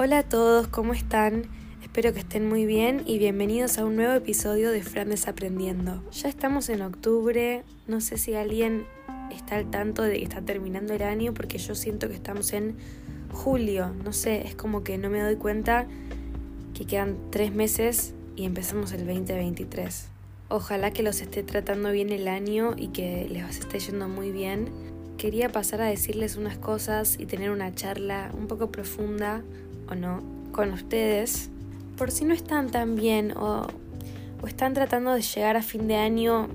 Hola a todos, ¿cómo están? Espero que estén muy bien y bienvenidos a un nuevo episodio de Fran Desaprendiendo. Ya estamos en octubre, no sé si alguien está al tanto de que está terminando el año porque yo siento que estamos en julio, no sé, es como que no me doy cuenta que quedan 3 meses y empezamos el 2023. Ojalá que los esté tratando bien el año y que les esté yendo muy bien. Quería pasar a decirles unas cosas y tener una charla un poco profunda, o no, con ustedes, por si no están tan bien o están tratando de llegar a fin de año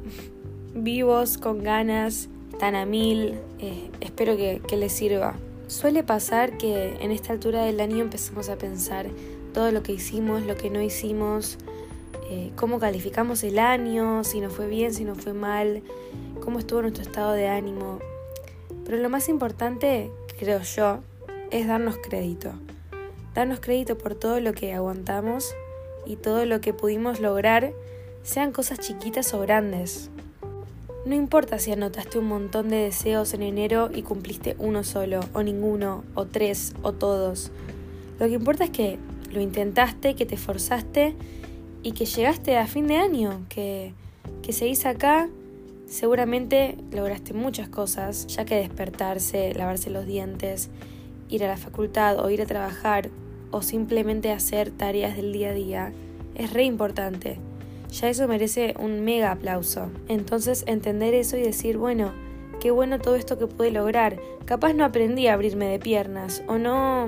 vivos, con ganas, están a 1000, espero que les sirva. Suele pasar que en esta altura del año empezamos a pensar todo lo que hicimos, lo que no hicimos, cómo calificamos el año, si nos fue bien, si nos fue mal, cómo estuvo nuestro estado de ánimo. Pero lo más importante, creo yo, es darnos crédito. Darnos crédito por todo lo que aguantamos y todo lo que pudimos lograr, sean cosas chiquitas o grandes. No importa si anotaste un montón de deseos en enero y cumpliste uno solo, o ninguno, o 3, o todos. Lo que importa es que lo intentaste, que te esforzaste y que llegaste a fin de año, que seguís acá. Seguramente lograste muchas cosas, ya que despertarse, lavarse los dientes, ir a la facultad o ir a trabajar o simplemente hacer tareas del día a día es re importante. Ya eso merece un mega aplauso. Entonces entender eso y decir, bueno, qué bueno todo esto que pude lograr. Capaz no aprendí a abrirme de piernas o no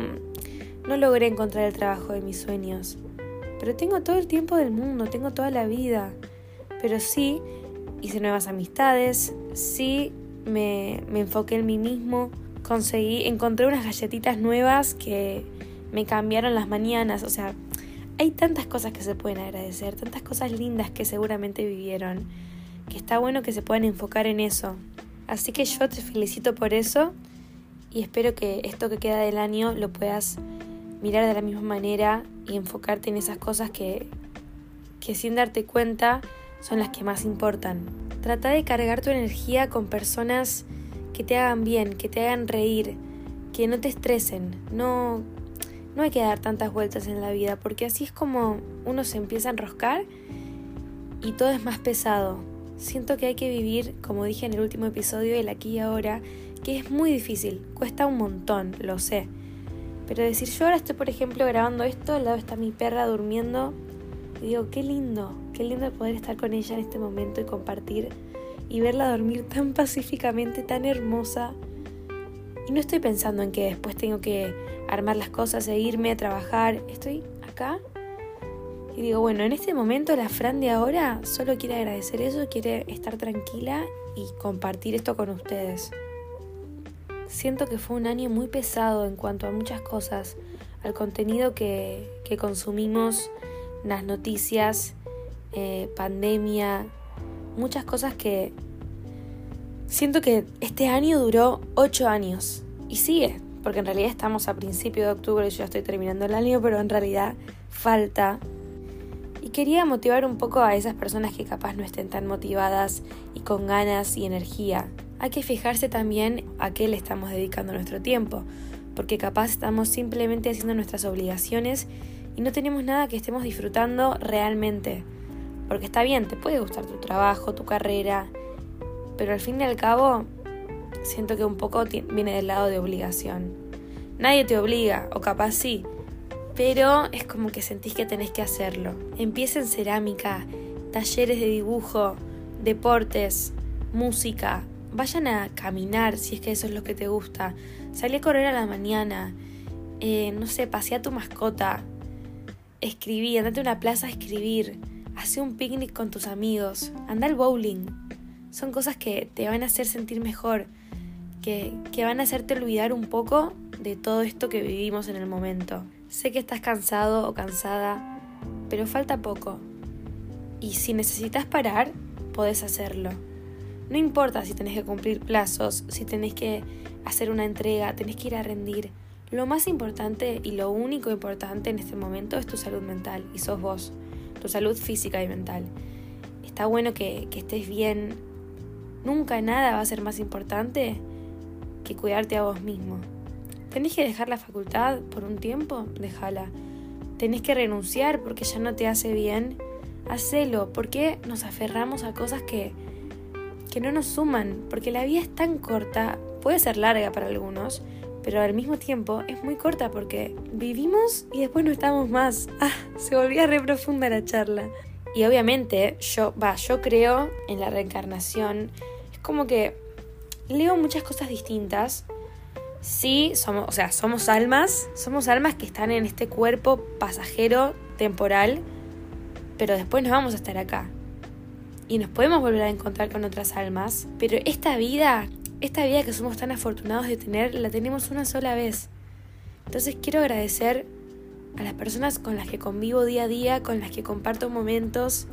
logré encontrar el trabajo de mis sueños. Pero tengo todo el tiempo del mundo, tengo toda la vida. Pero sí, hice nuevas amistades, sí me enfoqué en mí mismo, encontré unas galletitas nuevas que me cambiaron las mañanas. O sea, hay tantas cosas que se pueden agradecer, tantas cosas lindas que seguramente vivieron, que está bueno que se puedan enfocar en eso. Así que yo te felicito por eso y espero que esto que queda del año lo puedas mirar de la misma manera y enfocarte en esas cosas que sin darte cuenta son las que más importan. Trata de cargar tu energía con personas que te hagan bien, que te hagan reír, que no te estresen. No hay que dar tantas vueltas en la vida, porque así es como uno se empieza a enroscar y todo es más pesado. Siento que hay que vivir, como dije en el último episodio, el aquí y ahora, que es muy difícil, cuesta un montón, lo sé. Pero decir, yo ahora estoy, por ejemplo, grabando esto, al lado está mi perra durmiendo, y digo, qué lindo poder estar con ella en este momento y compartir y verla dormir tan pacíficamente, tan hermosa. Y no estoy pensando en que después tengo que armar las cosas e irme a trabajar. Estoy acá y digo, bueno, en este momento la Fran de ahora solo quiere agradecer eso, quiere estar tranquila y compartir esto con ustedes. Siento que fue un año muy pesado en cuanto a muchas cosas, al contenido que consumimos, las noticias, pandemia, muchas cosas que siento que este año duró 8 años y sigue, porque en realidad estamos a principio de octubre y yo ya estoy terminando el año, pero en realidad falta. Y quería motivar un poco a esas personas que capaz no estén tan motivadas y con ganas y energía. Hay que fijarse también a qué le estamos dedicando nuestro tiempo, porque capaz estamos simplemente haciendo nuestras obligaciones y no tenemos nada que estemos disfrutando realmente. Porque está bien, te puede gustar tu trabajo, tu carrera, pero al fin y al cabo siento que un poco viene del lado de obligación. Nadie te obliga, o capaz sí, pero es como que sentís que tenés que hacerlo. Empieza en cerámica, talleres de dibujo, deportes, música. Vayan a caminar si es que eso es lo que te gusta. Salí a correr a la mañana, pasea a tu mascota. Escribí, andate a una plaza a escribir, hacé un picnic con tus amigos, anda al bowling. Son cosas que te van a hacer sentir mejor, que van a hacerte olvidar un poco de todo esto que vivimos en el momento. Sé que estás cansado o cansada, pero falta poco. Y si necesitas parar, podés hacerlo. No importa si tenés que cumplir plazos, si tenés que hacer una entrega, tenés que ir a rendir. Lo más importante y lo único importante en este momento es tu salud mental, y sos vos, tu salud física y mental. Está bueno que estés bien. Nunca nada va a ser más importante que cuidarte a vos mismo. ¿Tenés que dejar la facultad por un tiempo? Déjala. ¿Tenés que renunciar porque ya no te hace bien? Hacelo. ¿Por qué nos aferramos a cosas que no nos suman? Porque la vida es tan corta, puede ser larga para algunos, pero al mismo tiempo es muy corta porque vivimos y después no estamos más. Se volvía re profunda la charla. Y obviamente yo creo en la reencarnación. Es como que leo muchas cosas distintas. Sí, somos almas que están en este cuerpo pasajero, temporal, pero después nos vamos a estar acá. Y nos podemos volver a encontrar con otras almas, pero esta vida que somos tan afortunados de tener, la tenemos una sola vez. Entonces quiero agradecer a las personas con las que convivo día a día, con las que comparto momentos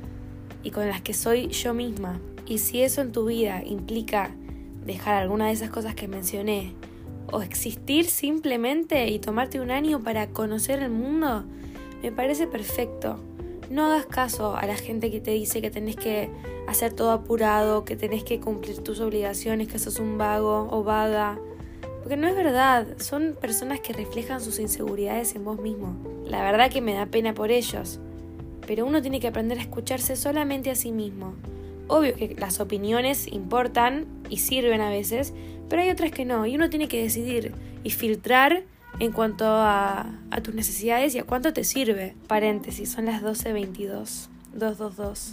y con las que soy yo misma. Y si eso en tu vida implica dejar alguna de esas cosas que mencioné, o existir simplemente y tomarte un año para conocer el mundo, me parece perfecto. No hagas caso a la gente que te dice que tenés que hacer todo apurado, que tenés que cumplir tus obligaciones, que sos un vago o vaga. Porque no es verdad, son personas que reflejan sus inseguridades en vos mismo. La verdad que me da pena por ellos, pero uno tiene que aprender a escucharse solamente a sí mismo. Obvio que las opiniones importan y sirven a veces, pero hay otras que no, y uno tiene que decidir y filtrar en cuanto a tus necesidades y a cuánto te sirve. Paréntesis, son las 12:22, 222.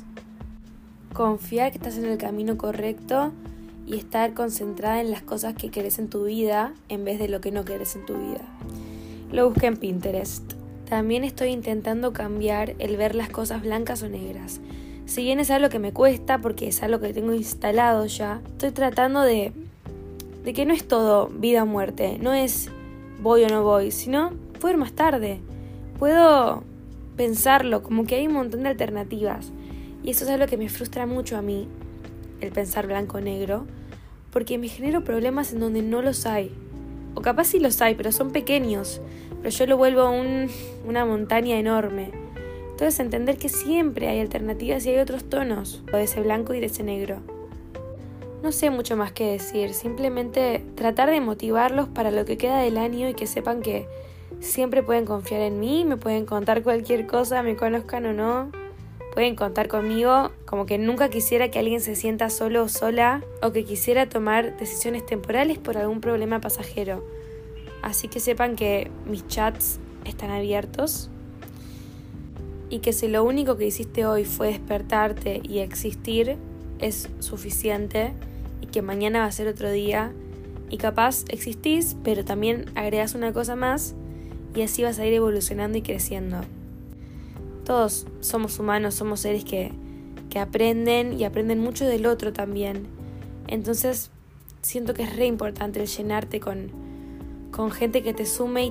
Confiar que estás en el camino correcto y estar concentrada en las cosas que querés en tu vida en vez de lo que no querés en tu vida. Lo busqué en Pinterest. También estoy intentando cambiar el ver las cosas blancas o negras. Si bien es algo que me cuesta porque es algo que tengo instalado ya, estoy tratando de que no es todo vida o muerte, no es voy o no voy, sino puedo ir más tarde, puedo pensarlo, como que hay un montón de alternativas. Y eso es algo que me frustra mucho a mí, el pensar blanco o negro, porque me genero problemas en donde no los hay. O capaz sí los hay, pero son pequeños, pero yo lo vuelvo una montaña enorme. Entonces entender que siempre hay alternativas y hay otros tonos, de ese blanco y de ese negro. No sé mucho más que decir, simplemente tratar de motivarlos para lo que queda del año y que sepan que siempre pueden confiar en mí, me pueden contar cualquier cosa, me conozcan o no, pueden contar conmigo, como que nunca quisiera que alguien se sienta solo o sola o que quisiera tomar decisiones temporales por algún problema pasajero. Así que sepan que mis chats están abiertos y que si lo único que hiciste hoy fue despertarte y existir, es suficiente y que mañana va a ser otro día y capaz existís, pero también agregás una cosa más y así vas a ir evolucionando y creciendo. Todos somos humanos, somos seres que aprenden y aprenden mucho del otro también. Entonces siento que es re importante el llenarte con gente que te sume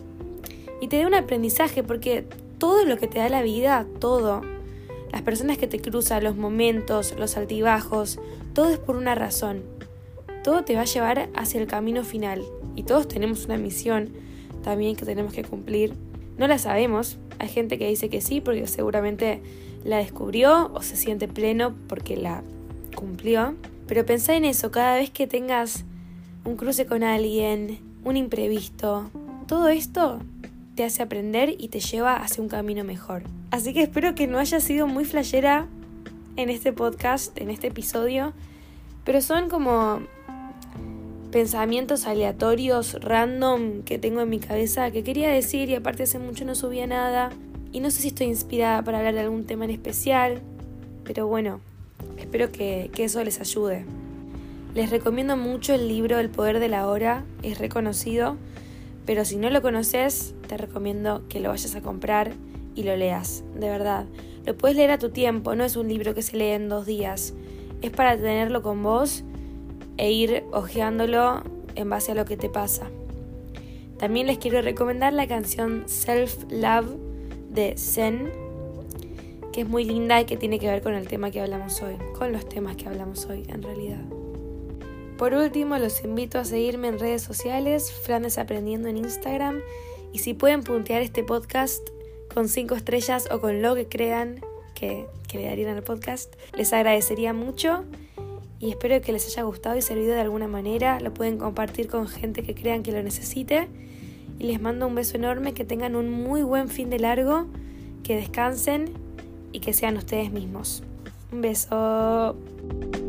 y te dé un aprendizaje, porque todo lo que te da la vida, todo, las personas que te cruzan, los momentos, los altibajos, todo es por una razón. Todo te va a llevar hacia el camino final. Y todos tenemos una misión también que tenemos que cumplir. No la sabemos. Hay gente que dice que sí porque seguramente la descubrió o se siente pleno porque la cumplió. Pero pensá en eso, cada vez que tengas un cruce con alguien, un imprevisto, todo esto te hace aprender y te lleva hacia un camino mejor. Así que espero que no haya sido muy flashera en este podcast, en este episodio, pero son como pensamientos aleatorios, random, que tengo en mi cabeza, que quería decir, y aparte hace mucho no subía nada, y no sé si estoy inspirada para hablar de algún tema en especial, pero bueno, espero que eso les ayude. Les recomiendo mucho el libro El Poder de la Hora, es reconocido, pero si no lo conoces, te recomiendo que lo vayas a comprar y lo leas, de verdad. Lo puedes leer a tu tiempo, no es un libro que se lee en 2 días. Es para tenerlo con vos e ir hojeándolo en base a lo que te pasa. También les quiero recomendar la canción Self Love de Zen, que es muy linda y que tiene que ver con el tema que hablamos hoy, con los temas que hablamos hoy en realidad. Por último, los invito a seguirme en redes sociales, Fran Desaprendiendo en Instagram, y si pueden puntear este podcast con 5 estrellas o con lo que crean que le darían al podcast, les agradecería mucho. y espero que les haya gustado y servido de alguna manera. Lo pueden compartir con gente que crean que lo necesite. Y les mando un beso enorme, que tengan un muy buen fin de largo, que descansen y que sean ustedes mismos. Un beso.